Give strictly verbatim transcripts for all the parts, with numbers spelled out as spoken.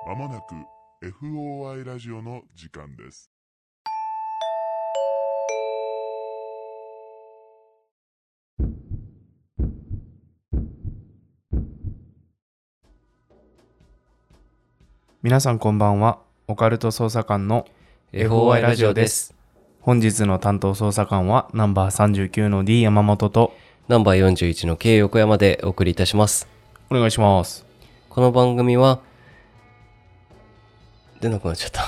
まもなく エフオーアイ ラジオの時間です。 皆さんこんばんは。オカルト捜査官のエフオーアイ ラジオです。 本日の担当捜査官はナンバーさんじゅうきゅうの D 山本とナンバーよんじゅういちの K 横山でお送りいたします。 お願いします。 この番組は出なくなっちゃった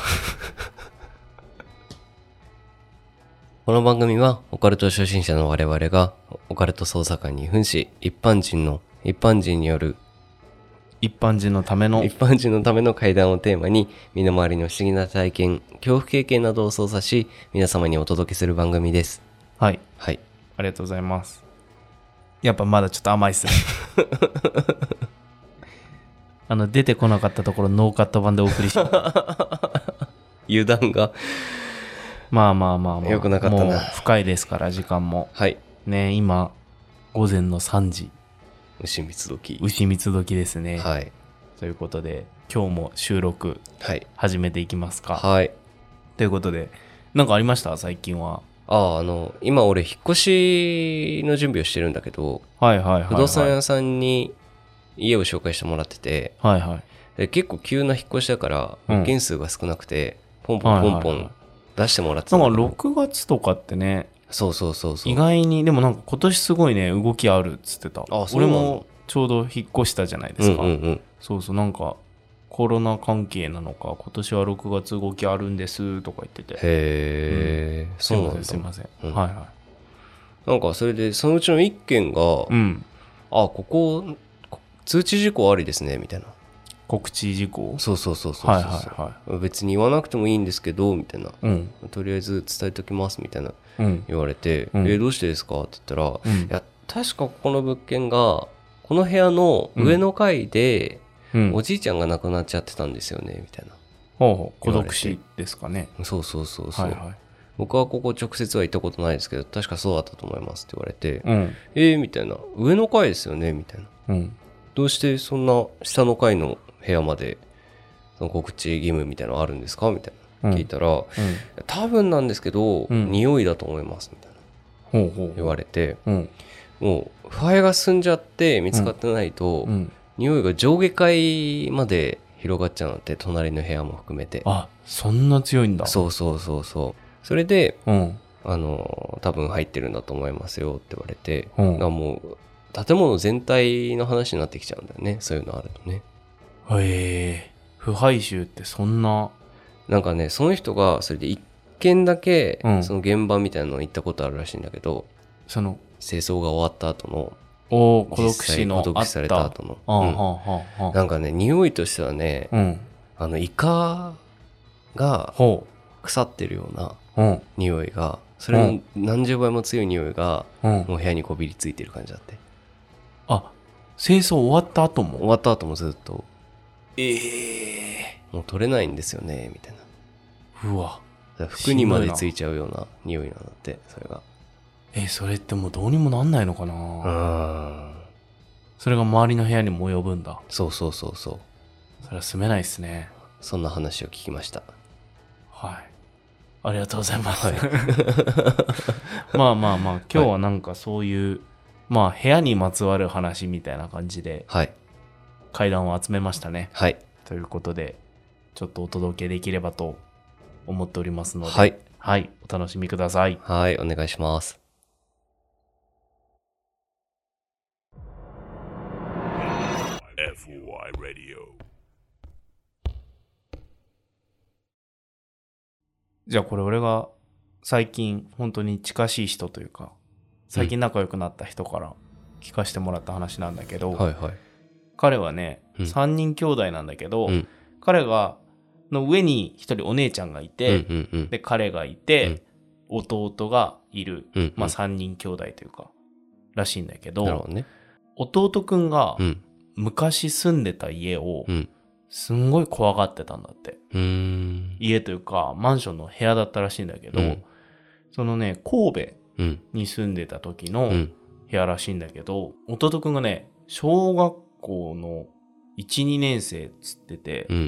この番組はオカルト初心者の我々がオカルト捜査官に扮し、一般人の一般人による一般人のための一般人のための怪談をテーマに、身の回りの不思議な体験、恐怖経験などを操作し、皆様にお届けする番組です。 はいはいありがとうございます。やっぱまだちょっと甘いっすねあの出てこなかったところノーカット版でお送りします油断がまあまあまあまあよくなかったな。 もう深いですから時間もはいね。今午前のさんじ、 牛三つ時牛三つ時ですね。 はいということで今日も収録はい始めていきますか。 はいということでなんかありました最近は。 ああ、あの、今俺引っ越しの準備をしてるんだけど、 はいはいはい、はい、 不動産屋さんに家を紹介してもらってて、 はいはい、 で結構急な引っ越しだからうん物件数が少なくて、ポンポンポンポン出してもらってたなんんかだけど、 ろくがつとかってね、 そうそうそうそう、 意外にでもなんか今年すごいね動きあるっつってた。 あ、そうなの？ 俺もちょうど引っ越したじゃないですか、 うんうんうん、 そうそう、なんかコロナ関係なのか今年はろくがつ動きあるんですとか言ってて、 へえ、うん、そうなんだ。 すいませんすいません、 うん、 はいはい。 なんかそれでそのうちのいっけんが、 うん、 あ、ここ通知事項ありですねみたいな。 告知事項、 そうそうそうそうそう、はいはいはい、別に言わなくてもいいんですけどみたいな、うん、とりあえず伝えときますみたいな、うん、言われて、うん、えどうしてですかって言ったら、うん、いや確かここの物件がこの部屋の上の階で、うん、おじいちゃんが亡くなっちゃってたんですよねみたいな、 ほうほう、孤独死ですかね。 そうそうそうそう、 はいはい、 僕はここ直接は行ったことないですけど確かそうだったと思いますって言われて、 うん、 えーみたいな、上の階ですよねみたいな、うん、どうしてそんな下の階の部屋までその告知義務みたいなのあるんですかみたいな聞いたら、うんうん、多分なんですけど、うん、匂いだと思いますみたいな、うん、言われて、うん、もう腐敗が進んじゃって見つかってないと、うん、匂いが上下階まで広がっちゃうなんて、隣の部屋も含めて。 あ、そんな強いんだ。 そうそうそうそう。それで、うん、あの多分入ってるんだと思いますよって言われて、うん、だからもう建物全体の話になってきちゃうんだよね、そういうのあるとね。 へえ、腐敗臭ってそんな。 なんかね、その人がそれで一軒だけ、うん、その現場みたいなの行ったことあるらしいんだけど、 その清掃が終わった後の、 お孤独死のあった、 孤独死された後の、 あ、うん、はあはあ、 なんかね、匂いとしてはね、うん、あのイカが腐ってるような匂いが、それの何十倍も強い匂いが、うん、もう部屋にこびりついてる感じだって。 あ、清掃終わった後も？ 終わった後もずっと。 ええー、もう取れないんですよねみたいな。 うわ、 服にまでついちゃうような匂いなんだって、それが。 えー、それってもうどうにもなんないのかな。 うん、 それが周りの部屋にも及ぶんだ。 そうそうそうそう。 それは住めないですね。 そんな話を聞きました。 はい、ありがとうございます、はい、まあまあまあ今日はなんかそういう、はい、まあ部屋にまつわる話みたいな感じで、はい、怪談を集めましたね。はい。ということでちょっとお届けできればと思っておりますので、はい、はい、お楽しみください。 はい、お願いします。 エフオーアイ Radio。 じゃあこれ俺が最近本当に近しい人というか最近仲良くなった人から聞かせてもらった話なんだけど、うん、はいはい、彼はね、うん、さんにん兄弟なんだけど、うん、彼がの上にひとりお姉ちゃんがいて、うんうんうん、で彼がいて、うん、弟がいる、うんうん、まあさんにん兄弟というからしいんだけど、なるほどね、弟くんが昔住んでた家を、うんすんごい怖がってたんだって。うーん、家というかマンションの部屋だったらしいんだけど、うん、そのね神戸に住んでた時の部屋らしいんだけど、うん、弟くんがね小学校のいち、にねん生っつってて、うん、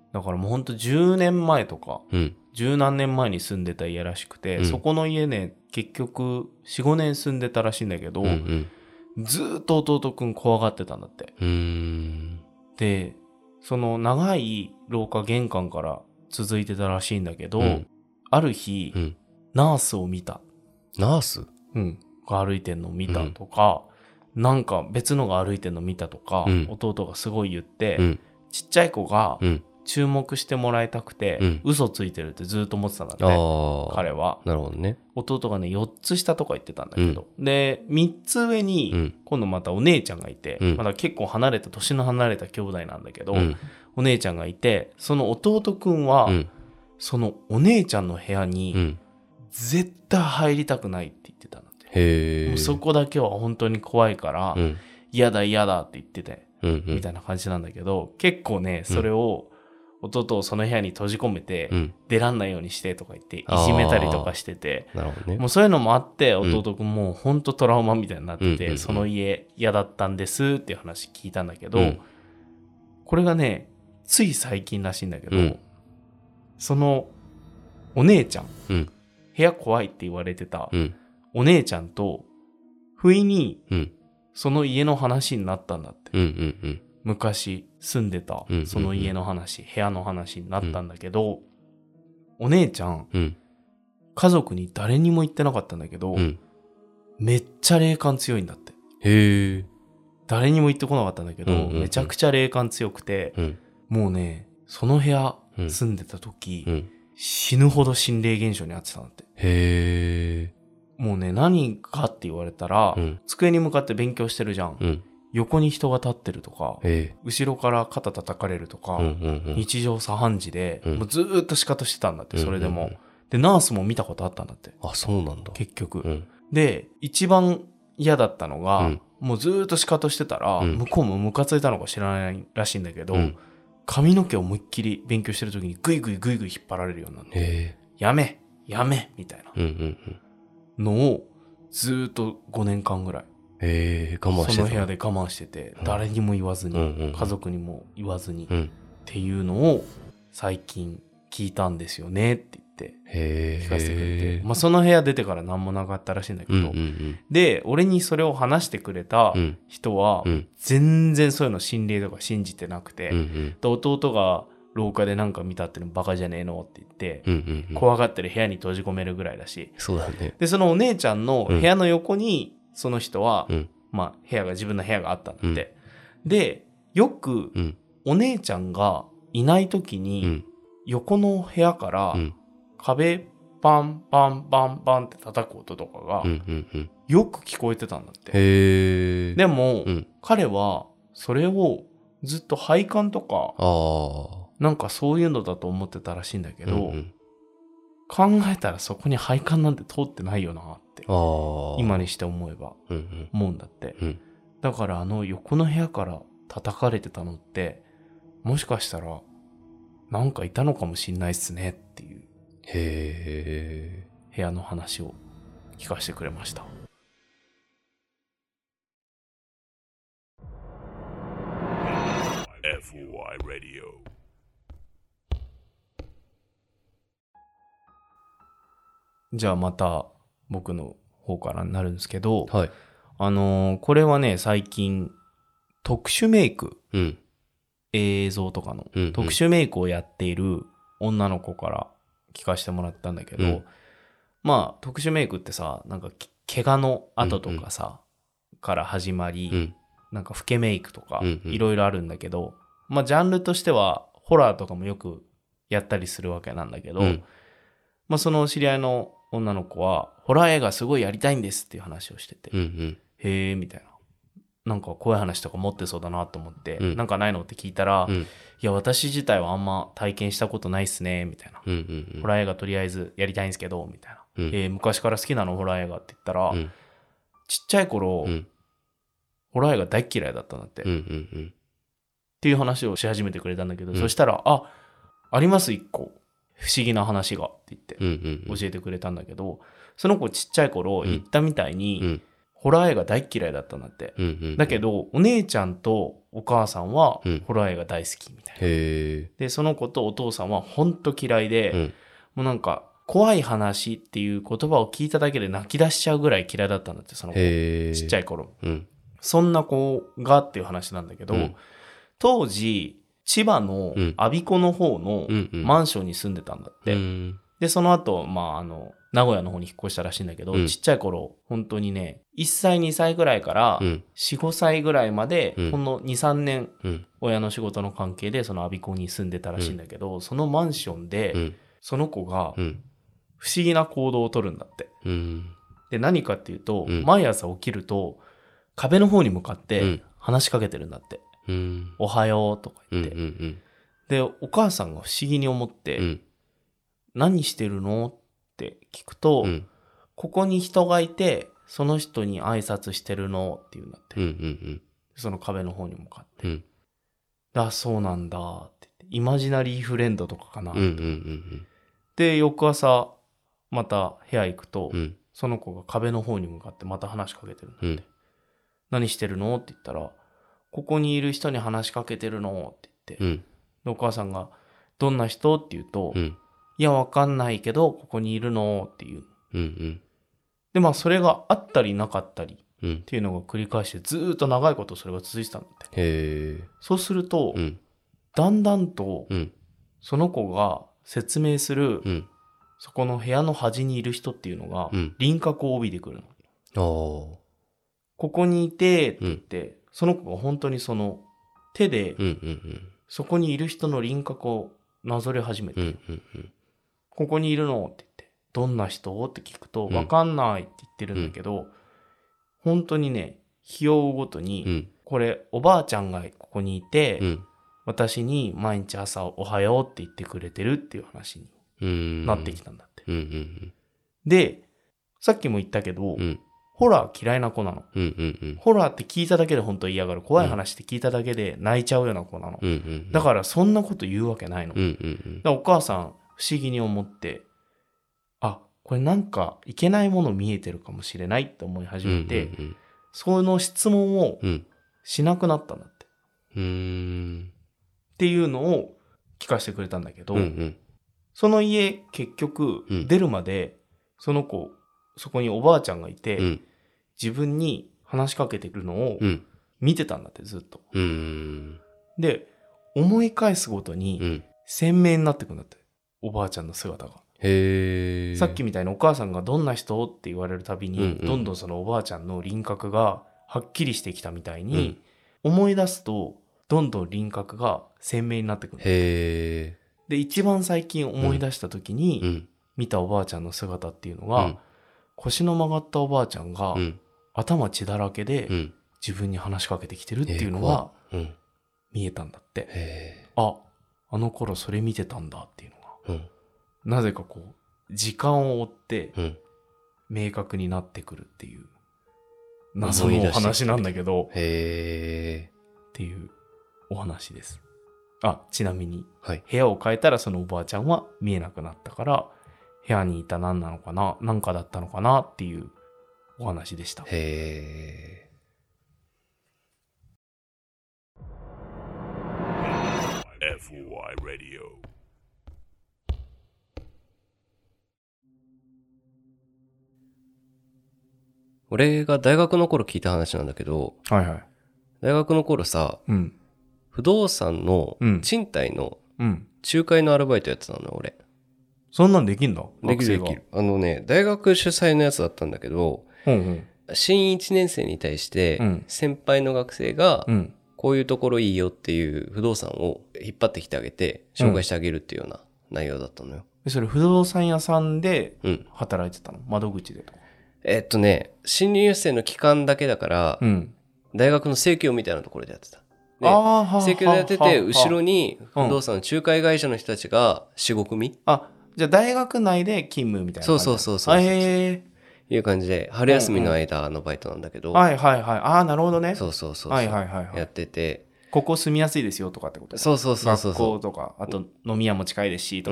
だからもうほんとじゅうねんまえとか、 うん、 十何年前に住んでた家らしくて、うん、そこの家ね結局 よん,ご 年住んでたらしいんだけど、うんうん、ずーっと弟くん怖がってたんだって。 うーんでその長い廊下玄関から続いてたらしいんだけど、うん、ある日、うん、ナースを見た。 ナース、 うん、が歩いてんのを見たとか、うん、なんか別のが歩いてんの見たとか、うん、弟がすごい言って、うん、ちっちゃい子が、うん注目してもらいたくて、うん、嘘ついてるってずっと思ってたんだって、彼は。 なるほどね。 弟がね、よっつ下とか言ってたんだけど。うん、で、みっつ上に、うん、今度またお姉ちゃんがいて、うん、まだ結構離れた、年の離れた兄弟なんだけど、うん、お姉ちゃんがいて、その弟くんは、うん、そのお姉ちゃんの部屋に、うん、絶対入りたくないって言ってたんだって。 へー。 もうそこだけは本当に怖いから、うん、嫌だ嫌だって言ってて、うんうん、みたいな感じなんだけど、結構ね、それを、うん弟をその部屋に閉じ込めて、うん、出らんないようにしてとか言っていじめたりとかしてて、 なるほどね、 もうそういうのもあって弟くんもうほんとトラウマみたいになってて、うん、その家嫌だったんですっていう話聞いたんだけど、うん、これがねつい最近らしいんだけど、うん、そのお姉ちゃん、うん、部屋怖いって言われてたお姉ちゃんと不意にその家の話になったんだって、うんうんうん、昔住んでたその家の話、うんうんうん、部屋の話になったんだけど、うん、お姉ちゃん、うん、家族に誰にも言ってなかったんだけど、うん、めっちゃ霊感強いんだって。 へー。 誰にも言ってこなかったんだけど、うんうんうん、めちゃくちゃ霊感強くて、うん、もうねその部屋住んでた時、うん、死ぬほど心霊現象に遭ってたんだって。 へー。もうね何かって言われたら、うん、机に向かって勉強してるじゃん、うん、横に人が立ってるとか、後ろから肩叩かれるとか、うんうんうん、日常茶飯事で、うん、もうずーっと仕方してたんだって、それでも、うんうんうん、でナースも見たことあったんだって。 あ、そうなんだ。 結局、うん、で一番嫌だったのが、うん、もうずーっと仕方してたら、うん、向こうもムカついたのか知らないらしいんだけど、うん、髪の毛を思いっきり勉強してる時にグイグイグイグイ引っ張られるようになって、やめやめみたいなのをずーっとごねんかんぐらいえー、我慢してた。 その部屋で我慢してて、うん、誰にも言わずに、うんうんうん、家族にも言わずに、うん、っていうのを最近聞いたんですよねって言って聞かせてくれて、まあ、その部屋出てから何もなかったらしいんだけど、うんうんうん、で俺にそれを話してくれた人は、うん、全然そういうの心霊とか信じてなくて、うんうん、で弟が廊下でなんか見たってのバカじゃねえのって言って、うんうんうん、怖がってる部屋に閉じ込めるぐらいだし、 そうだね。 でそのお姉ちゃんの部屋の横に、うんその人は、うん、まあ部屋が自分の部屋があったんだって、うん、でよく、うん、お姉ちゃんがいない時に、うん、横の部屋から、うん、壁パンパンパンパンって叩く音とかが、うんうんうん、よく聞こえてたんだって。 へー。 でも、うん、彼はそれをずっと配管とかなんかそういうのだと思ってたらしいんだけど、うんうん、考えたらそこに配管なんて通ってないよなって今にして思えば思うんだって、うんうん、だからあの横の部屋から叩かれてたのってもしかしたらなんかいたのかもしんないっすねっていうへー部屋の話を聞かせてくれました。エフワイ Radio。じゃあまた僕の方からになるんですけど、はい、あのー、これはね最近特殊メイク、うん、映像とかの、うんうん、特殊メイクをやっている女の子から聞かせてもらったんだけど、うん、まあ特殊メイクってさなんか怪我の跡とかさ、うんうん、から始まり、うん、なんか老けメイクとかいろいろあるんだけど、まあジャンルとしてはホラーとかもよくやったりするわけなんだけど、うん、まあその知り合いの女の子はホラー映画すごいやりたいんですっていう話をしてて、うんうん、へーみたいな、なんか怖い話とか持ってそうだなと思って、うん、なんかないのって聞いたら、うん、いや私自体はあんま体験したことないっすねみたいな、うんうんうん、ホラー映画とりあえずやりたいんですけどみたいな、うんえー、昔から好きなのホラー映画って言ったら、うん、ちっちゃい頃、うん、ホラー映画大嫌いだったんだって、うんうんうん、っていう話をし始めてくれたんだけど、うん、そしたらああります一個不思議な話がって言って教えてくれたんだけど、その子ちっちゃい頃言ったみたいに、うんうん、 ホラー映画大嫌いだったんだって、うんうんうん、だけどお姉ちゃんとお母さんはホラー映画大好きみたいな、うん、へでその子とお父さんはほんと嫌いで、うん、もうなんか怖い話っていう言葉を聞いただけで泣き出しちゃうぐらい嫌いだったんだって、その子ちっちゃい頃、うん、そんな子がっていう話なんだけど、うん、当時千葉の我孫子の方のマンションに住んでたんだって、うんうん、でその後、まああの名古屋の方に引っ越したらしいんだけど、うん、ちっちゃい頃本当にねいっさいにさいぐらいからよん、ごさいぐらいまで、うん、ほんのにさんねん、うん、親の仕事の関係でその我孫子に住んでたらしいんだけど、うん、そのマンションで、うん、その子が不思議な行動をとるんだって、うん、で何かっていうと、うん、毎朝起きると壁の方に向かって話しかけてるんだって、うん、おはようとか言って、うんうんうん、でお母さんが不思議に思って、うん、何してるのって聞くと、うん、ここに人がいてその人に挨拶してるのって言うんだって、うんうんうん、その壁の方に向かって、うん、あそうなんだって言って、イマジナリーフレンドとかかなって、うんうんうんうん、で翌朝また部屋行くと、うん、その子が壁の方に向かってまた話しかけてるんだって、うん、何してるのって言ったら、ここにいる人に話しかけてるのって言って、うん、でお母さんがどんな人って言うと、うん、いやわかんないけどここにいるのっていう、うんうん、でまあそれがあったりなかったりっていうのが繰り返してずーっと長いことそれが続いてたんだって。へそうすると、うん、だんだんとその子が説明する、うん、そこの部屋の端にいる人っていうのが輪郭を帯びてくるの、うん、ここにいてって言って、うん、その子が本当にその手でそこにいる人の輪郭をなぞり始めて、うんうんうん、ここにいるのって言って、どんな人って聞くと、わかんないって言ってるんだけど、うん、本当にね、日を追うごとに、うん、これおばあちゃんがここにいて、うん、私に毎日朝おはようって言ってくれてるっていう話になってきたんだって。うんうんうん、で、さっきも言ったけど、うん、ホラー嫌いな子なの、うんうんうん。ホラーって聞いただけで本当に嫌がる。怖い話って聞いただけで泣いちゃうような子なの。うんうんうん、だからそんなこと言うわけないの。うんうんうん、だからお母さん不思議に思って、あ、これなんかいけないもの見えてるかもしれないって思い始めて、うんうんうん、その質問をしなくなったんだって、うん、っていうのを聞かせてくれたんだけど、うんうん、その家結局出るまでその子、そこにおばあちゃんがいて、うん、自分に話しかけてくるのを見てたんだってずっと、うん、で思い返すごとに鮮明になってくんだって、おばあちゃんの姿が。へー。さっきみたいにお母さんがどんな人って言われるたびに、うんうん、どんどんそのおばあちゃんの輪郭がはっきりしてきたみたいに、うん、思い出すとどんどん輪郭が鮮明になってくる。へー。で一番最近思い出した時に、うん、見たおばあちゃんの姿っていうのが、うん、腰の曲がったおばあちゃんが、うん、頭血だらけで、うん、自分に話しかけてきてるっていうのが見えたんだって。へー。あ、あの頃それ見てたんだっていうのが、うん、なぜかこう時間を追って明確になってくるっていう謎のお話なんだけど、へーっていうお話です。あ、ちなみに、はい、部屋を変えたらそのおばあちゃんは見えなくなったから、部屋にいた何なのかな、何かだったのかなっていうお話でした。へー。エフワイ Radio。 俺が大学の頃聞いた話なんだけど、はいはい、大学の頃さ、うん、不動産の賃貸の仲介のアルバイトやってたのよ、俺。 そんなんできんだ？ できるできる。あのね、大学主催のやつだったんだけど、うんうん、新いちねん生に対して先輩の学生がこういうところいいよっていう不動産を引っ張ってきてあげて紹介してあげるっていうような内容だったのよ。 うん、それ不動産屋さんで働いてたの？うん、窓口でとか？ えっとね、新入生の期間だけだから、うん、大学の生協みたいなところでやってた。で、生協でやってて、後ろに不動産の仲介会社の人たちがよん、ご組。 あ、じゃあ大学内で勤務みたいな感じ？ そうそうそうそう。へー。いう感じで、春休みの間のバイトなんだけど。 うんうん、はいはいはい。ああ、なるほどね。 そうそうそうそう。 はいはいはい、はい。 やってて。 ここ住みやすいですよとかってこと？ そうそうそうそう。 学校とか、あと飲み屋も近いですしとか。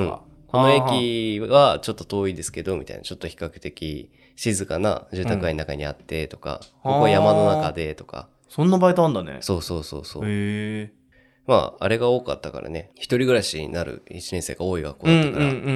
この駅はちょっと遠いですけどみたいな、ちょっと比較的静かな住宅街の中にあってとか、うん、ここは山の中でとか。 そんなバイトあんだね。 そうそうそうそう。 へえ。 まああれが多かったからね、一人暮らしになるいちねん生が多い学校だったから、 うんうんうんうんうん、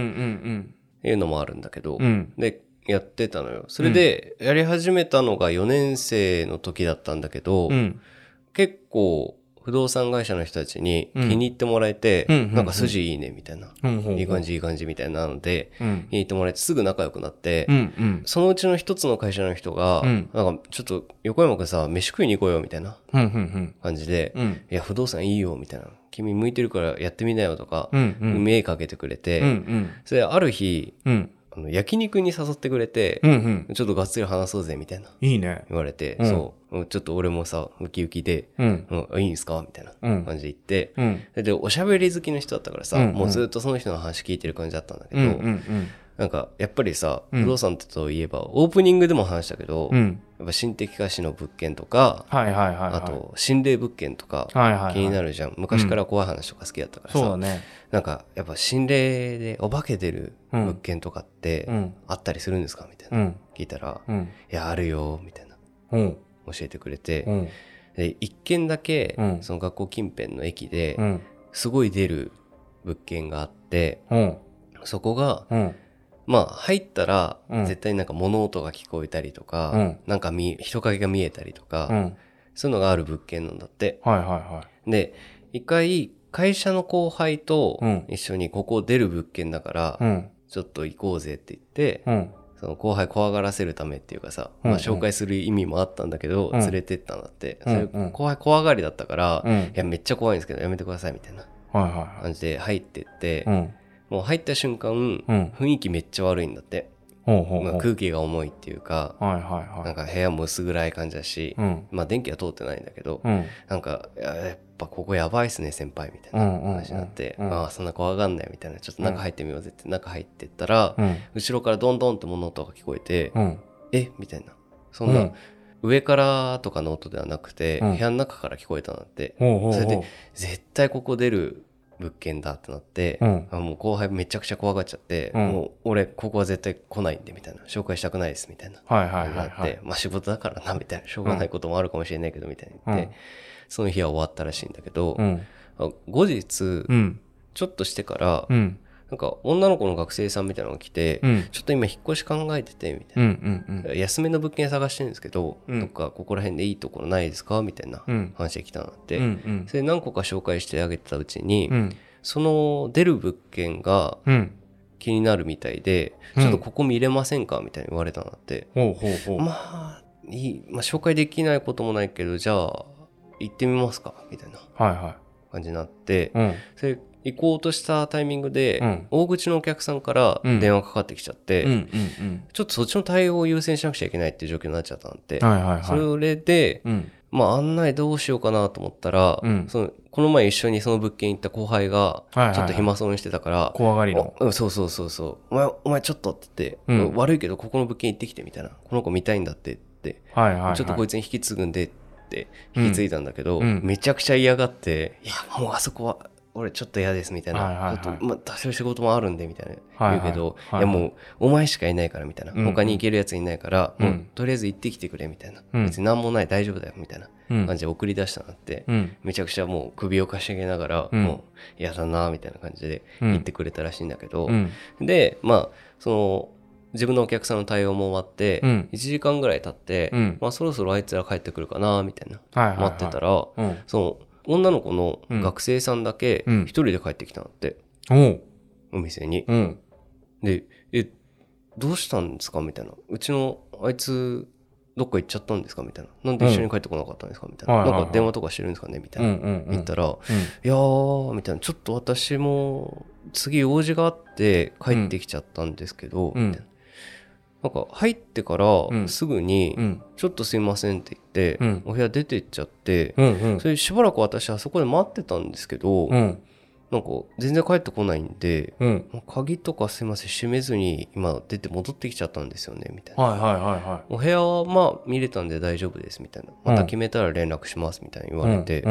いうのもあるんだけど、 うん、 でやってたのよ。それでやり始めたのがよねん生の時だったんだけど、うん、結構不動産会社の人たちに気に入ってもらえて、うん、なんか筋いいねみたいな、うんうんうん、いい感じいい感じみたいなので、うん、気に入ってもらえてすぐ仲良くなって、うんうん、そのうちの一つの会社の人が、うん、なんかちょっと横山くんさ飯食いに行こうよみたいな感じで、うんうんうん、いや不動産いいよみたいな、君向いてるからやってみなよとか、うんうん、目かけてくれて、うんうん、それである日、うんあの焼肉に誘ってくれて、うんうん、ちょっとがっつり話そうぜみたいな。 いいね。 言われて、うん、そう。ちょっと俺もさ、ウキウキで、うんうん、いいんすかみたいな感じで言って、うん、で、おしゃべり好きの人だったからさ、うんうん、もうずっとその人の話聞いてる感じだったんだけど、うんうんうん、なんかやっぱりさ、不動産といえば、オープニングでも話したけど、うん、やっぱ心的可視の物件とか、はいはいはいはい、あと心霊物件とか気になるじゃん、はいはいはい、昔から怖い話とか好きだったからさ、うん、そうだね、なんかやっぱ心霊でお化け出る物件とかってあったりするんですかみたいな、うん、聞いたら、うん、いやあるよみたいな、うん、教えてくれて、うん、で一軒だけ、うん、その学校近辺の駅ですごい出る物件があって、うん、そこが、うんまあ入ったら絶対なんか物音が聞こえたりとか、うん、なんか見人影が見えたりとか、うん、そういうのがある物件なんだって。はいはいはい。で、一回会社の後輩と一緒にここ出る物件だから、うん、ちょっと行こうぜって言って、うん、その後輩怖がらせるためっていうかさ、うんうん、まあ紹介する意味もあったんだけど、うん、連れてったんだって。うんうん、それ後輩怖がりだったから、うん、いやめっちゃ怖いんですけどやめてくださいみたいな感じで入ってって、うんもう入った瞬間、うん、雰囲気めっちゃ悪いんだって。ほうほうほうまあ、空気が重いっていうか、はいはいはい、なんか部屋も薄暗い感じだし、うん、まあ電気は通ってないんだけど、うん、なんかやっぱここやばいっすね先輩みたいな話になって、うんうんうん、まあそんな怖がんないみたいな、ちょっと中入ってみようぜって中入ってったら、うん、後ろからドンドンって物音が聞こえて、うん、えみたいな、そんな、うん上からとかの音ではなくて、うん、部屋の中から聞こえたんだって、ほうほうほうそれで絶対ここ出る物件だってなって、うん、あもう後輩めちゃくちゃ怖がっちゃって、うん、もう俺ここは絶対来ないんでみたいな、紹介したくないですみたいな、はいはいはいはい、まあ仕事だからなみたいな、しょうがないこともあるかもしれないけどみたいに言って、うん、その日は終わったらしいんだけど、うん、後日、うん、ちょっとしてから、うんなんか女の子の学生さんみたいなのが来て、うん、ちょっと今引っ越し考えててみたいな、うんうんうん、安めの物件探してるんですけど、うん、どっかここら辺でいいところないですかみたいな話が来たんだって、うんうん、それ何個か紹介してあげてたうちに、うん、その出る物件が気になるみたいで、うん、ちょっとここ見れませんかみたいに言われたんだって、うん、まあいい、まあ、紹介できないこともないけどじゃあ行ってみますかみたいな感じになって、はいはい、それ行こうとしたタイミングで、うん、大口のお客さんから電話かかってきちゃって、うんうんうんうん、ちょっとそっちの対応を優先しなくちゃいけないっていう状況になっちゃったんで、はいはいはい、それで、うん、まあ案内どうしようかなと思ったら、うん、そのこの前一緒にその物件行った後輩がちょっと暇そうにしてたから、はいはいはい、 怖がりの、 うん、そうそうそうそうお前お前ちょっとって言って、うん、悪いけどここの物件行ってきてみたいな、この子見たいんだってって、はいはいはい、ちょっとこいつに引き継ぐんでって引き継いだんだけど、うん、めちゃくちゃ嫌がって、いやもうあそこは俺ちょっと嫌ですみたいな、はいはいはい、ちょっとまあ多少仕事もあるんでみたいな言うけど、はいはいはい、いやもうお前しかいないからみたいな、うんうん、他に行けるやついないから、うん、もうとりあえず行ってきてくれみたいな、うん、別に何もない大丈夫だよみたいな感じで送り出したなって、うん、めちゃくちゃもう首をかしげながら、うん、もう嫌だなみたいな感じで言ってくれたらしいんだけど、うん、でまあその自分のお客さんの対応も終わって、うん、いちじかんぐらい経って、うんまあ、そろそろあいつら帰ってくるかなみたいな、はいはいはい、待ってたら、うん、その女の子の学生さんだけ一人で帰ってきたんだって、うん、お店に、うん、でえどうしたんですかみたいな、うちのあいつどっか行っちゃったんですかみたいな、なんで一緒に帰ってこなかったんですかみたいな、うん、なんか電話とかしてるんですかねみたいな、うんうんうん、言ったら、うん、いやーみたいな、ちょっと私も次用事があって帰ってきちゃったんですけど、うん、みたいな、なんか入ってからすぐにちょっとすいませんって言ってお部屋出てっちゃって、それしばらく私あそこで待ってたんですけど、なんか全然帰ってこないんで、鍵とかすいません閉めずに今出て戻ってきちゃったんですよねみたいな、はいはいはいはい、お部屋はまあ見れたんで大丈夫ですみたいな、また決めたら連絡しますみたいに言われて、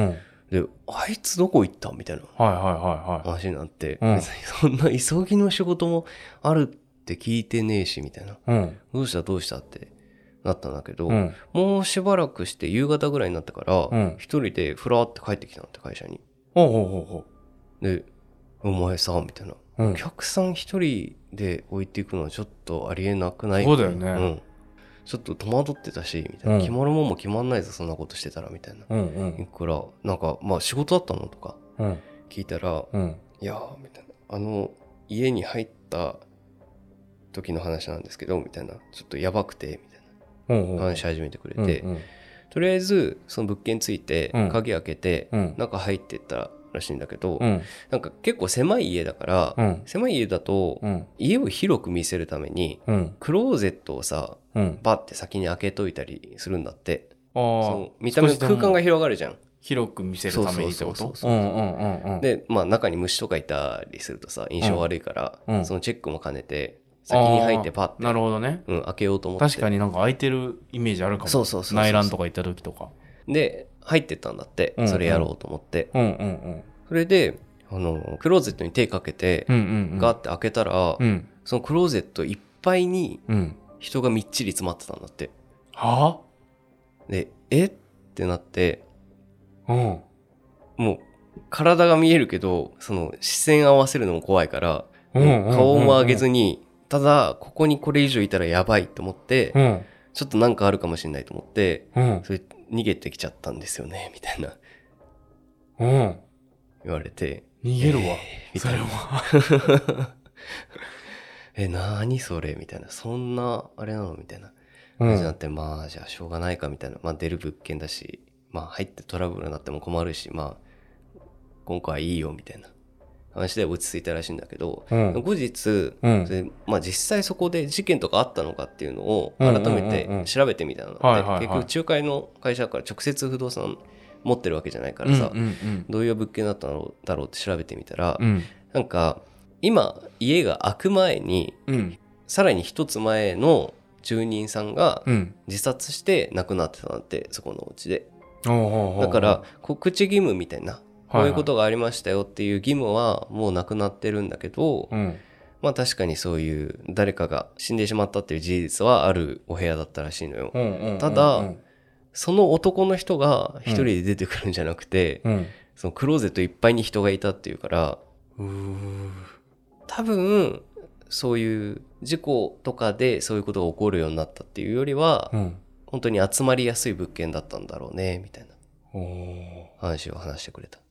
であいつどこ行ったみたいな話になって、はいはいはいはい、別にそんな急ぎの仕事もあるって聞いてねえしみたいな、うん、どうしたどうしたってなったんだけど、うん、もうしばらくして夕方ぐらいになってから一、うん、人でふらーって帰ってきたのって会社に。 ほうほうほうほうでお前さみたいな、うん、お客さん一人で置いていくのはちょっとありえなくない？ そうだよね、 うん、ちょっと戸惑ってたしみたいな、うん、決まるもんも決まんないぞそんなことしてたらみたいな、うんうん、いくらなんかまあ仕事だったのとか聞いたら、うん、いやーみたいな、あの家に入った時の話なんですけどみたいな、ちょっとやばくてみたいな話し始めてくれて、うんうん、とりあえずその物件ついて鍵開けて中入ってったらしいんだけど、うん、なんか結構狭い家だから、うん、狭い家だと、うん、家を広く見せるために、うん、クローゼットをさ、うん、バッて先に開けといたりするんだって。あ、その見た目の空間が広がるじゃん。 広く見せるためにってこと？ で、まあ中に虫とかいたりするとさ印象悪いから、うん、そのチェックも兼ねて先に入ってパッて、 なるほどね、 うん、開けようと思って。 確かになんか開いてるイメージあるかも。そうそうそうそう、内覧とか行った時とかで入ってったんだって、うんうん、それやろうと思って、うんうんうん、それであのクローゼットに手かけて、うんうんうん、ガーって開けたら、うん、そのクローゼットいっぱいに人がみっちり詰まってたんだって。 はぁ？でえってなって、うん、もう体が見えるけどその視線合わせるのも怖いから、うんうんうんうん、顔も上げずに、ただここにこれ以上いたらやばいと思って、うん、ちょっとなんかあるかもしれないと思って、うん、それ逃げてきちゃったんですよねみたいな、うん、言われて、 逃げるわ、えー、 みたいなえなーにそれみたいな、そんなあれなのみたいな感じになって、うん、まあじゃあしょうがないかみたいな、まあ出る物件だし、まあ入ってトラブルになっても困るし、まあ今回はいいよみたいな話で落ち着いたらしいんだけど、うん、後日、うん、それまあ、実際そこで事件とかあったのかっていうのを改めて調べてみたので、結局仲介の会社から直接不動産持ってるわけじゃないからさ、うんうんうん、どういう物件だったのだろうって調べてみたら、うん、なんか今家が開く前に、うん、さらに一つ前の住人さんが自殺して亡くなってたんだって、そこのお家で。だから告知義務みたいな、こういうことがありましたよっていう義務はもうなくなってるんだけど、うん、まあ確かにそういう誰かが死んでしまったっていう事実はあるお部屋だったらしいのよ、うんうんうんうん、ただその男の人が一人で出てくるんじゃなくて、うん、そのクローゼットいっぱいに人がいたっていうから、うー多分そういう事故とかでそういうことが起こるようになったっていうよりは、うん、本当に集まりやすい物件だったんだろうねみたいな話を話してくれた。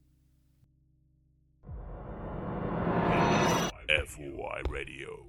エフオーアイ Radio。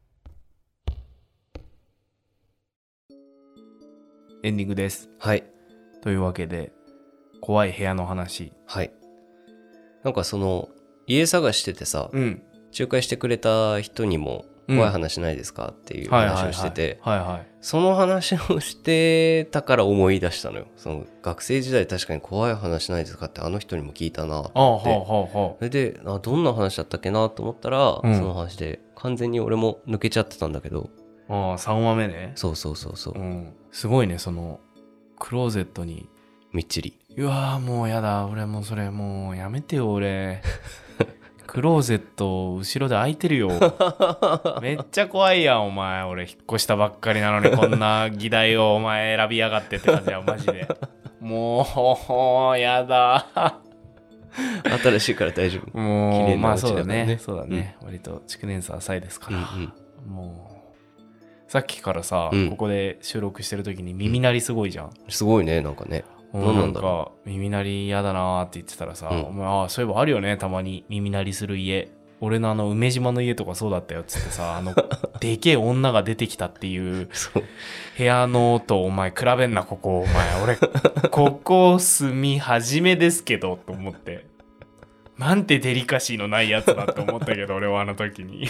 エンディングです。 はい。 というわけで怖い部屋の話。 はい。なんかその家探しててさ、うん、仲介してくれた人にも怖い話ないですか、うん、っていう話をしてて、はいはいはいはいはい、その話をしてたから思い出したのよ。その学生時代確かに怖い話ないですかってあの人にも聞いたなって。ああはあはあ、それであどんな話だったっけなと思ったら、うん、その話で完全に俺も抜けちゃってたんだけど。 ああさんわめね。 そうそうそうそう、うん、 すごいね。そのクローゼットにみっちり。 うわーもうやだ、俺もうそれもうやめてよ俺クローゼット後ろで開いてるよめっちゃ怖いやんお前。俺引っ越したばっかりなのにこんな議題をお前選びやがってって感じやマジでもうやだ新しいから大丈夫。 もう綺麗なお家だからね。まあそうだね、そうだね、うん、割と築年数浅いですから、うんうん、もうさっきからさ、うん、ここで収録してる時に耳鳴りすごいじゃん、うん、 すごいね。なんかね、 なんか耳鳴り嫌だなーって言ってたらさ、うん、お前あそういえばあるよねたまに耳鳴りする家。俺のあの梅島の家とかそうだったよっつってさ、あのでけえ女が出てきたっていう部屋のとお前比べんなここお前。俺ここ住み始めですけどと思って、なんてデリカシーのないやつだって思ったけど俺はあの時に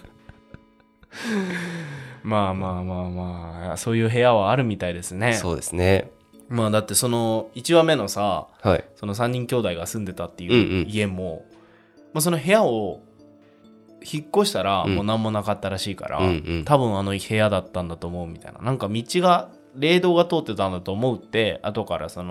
まあまあまあまあそういう部屋はあるみたいですね。 そうですね。 まあだってそのいちわめのさ、はい、そのさんにん兄弟が住んでたっていう家も、うんうん、まあ、その部屋を引っ越したらもう何もなかったらしいから、うんうん、多分あの部屋だったんだと思うみたいな。なんか道が霊道が通ってたんだと思うって後からその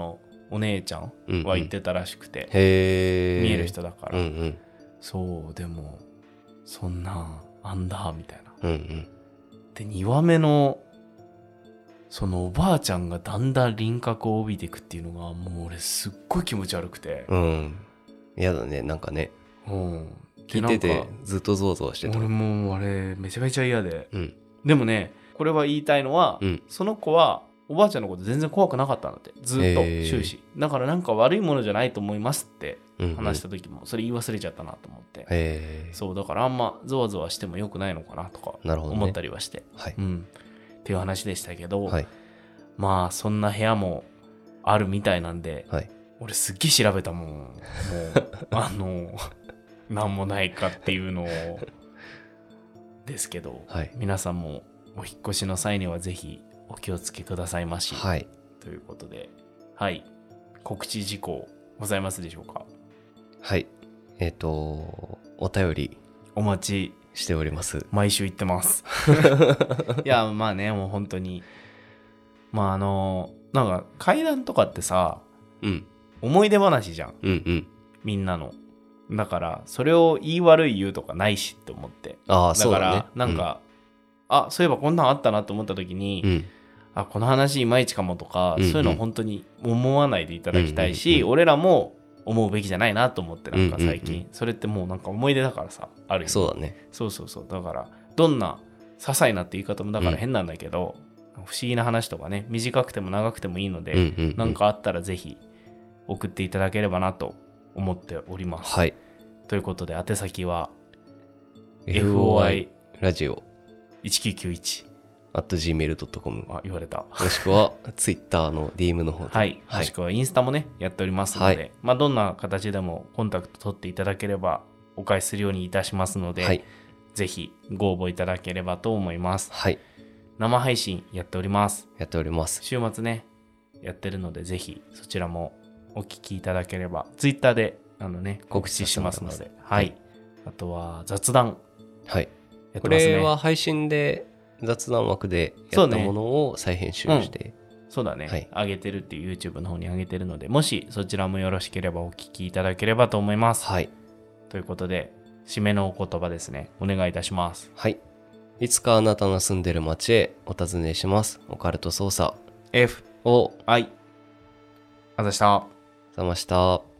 お姉ちゃんは言ってたらしくて、 うんうん、 見える人だから、 うんうん、 そうでもそんなあんだみたいな、 うんうん、 でにわめのそのおばあちゃんがだんだん輪郭を帯びていくっていうのがもう俺すっごい気持ち悪くて、 うん、嫌だねなんかね、 うん、 聞いててずっとゾワゾワしてた。 俺もうあれめちゃめちゃ嫌で、 うん、 でもねこれは言いたいのは、うん、その子はおばあちゃんのこと全然怖くなかったんだって、ずっと終始、だからなんか悪いものじゃないと思いますって話した時もそれ言い忘れちゃったなと思って、 へー、 そうだからあんまゾワゾワしてもよくないのかなとか思ったりはして、 ね、はい、 うん、っていう話でしたけど、 はい、 まあそんな部屋もあるみたいなんで、 はい、 俺すっげえ調べたもん、もうあのなんもないかっていうのをですけど、 はい、 皆さんもお引っ越しの際にはぜひお気をつけくださいまし、 はい、 ということで、はい、告知事項ございますでしょうか。 はい、えっとお便りお待ちしております。 毎週言ってますいやまあねもう本当にまああのなんか怪談とかってさ、 うん、 思い出話じゃん、 うんうん、 みんなのだからそれを言い悪い言うとかないしって思って、 あ、 だからそうだね、なんか、うん、あそういえばこんなんあったなと思った時に、うん、あこの話いまいちかもとか、うんうん、そういうの本当に思わないでいただきたいし、うんうんうん、俺らも思うべきじゃないなと思って、なんか最近、うんうんうん、それってもうなんか思い出だからさ、ある意味そうだね、 そうそうそう、だからどんな些細なって言い方もだから変なんだけど、うん、不思議な話とかね短くても長くてもいいので、うんうんうん、なんかあったらぜひ送っていただければなと思っております。 はい。 ということで宛先はエフオーアイ ラジオいちきゅうきゅういちアットジーメールドットコムあ言われた。 もしくはツイッターの ディーエム の方で、 はい、もしくはインスタもねやっておりますので、はい、まあどんな形でもコンタクト取っていただければお返しするようにいたしますので、はい、ぜひご応募いただければと思います。 はい。 生配信やっております。 やっております。 週末ねやってるのでぜひそちらもお聞きいただければ、ツイッターであのね告知しますので、はい、はい、あとは雑談、 はい、やってますね。これは配信で雑談枠でやったものを再編集して、 そうだね、はい、上げてるっていう YouTube の方に上げてるので、もしそちらもよろしければお聞きいただければと思います。 はい。 ということで締めのお言葉ですね、お願いいたします。 はい。いつかあなたの住んでる街へお尋ねします。オカルト捜査エフをアイ あざした。 あざました。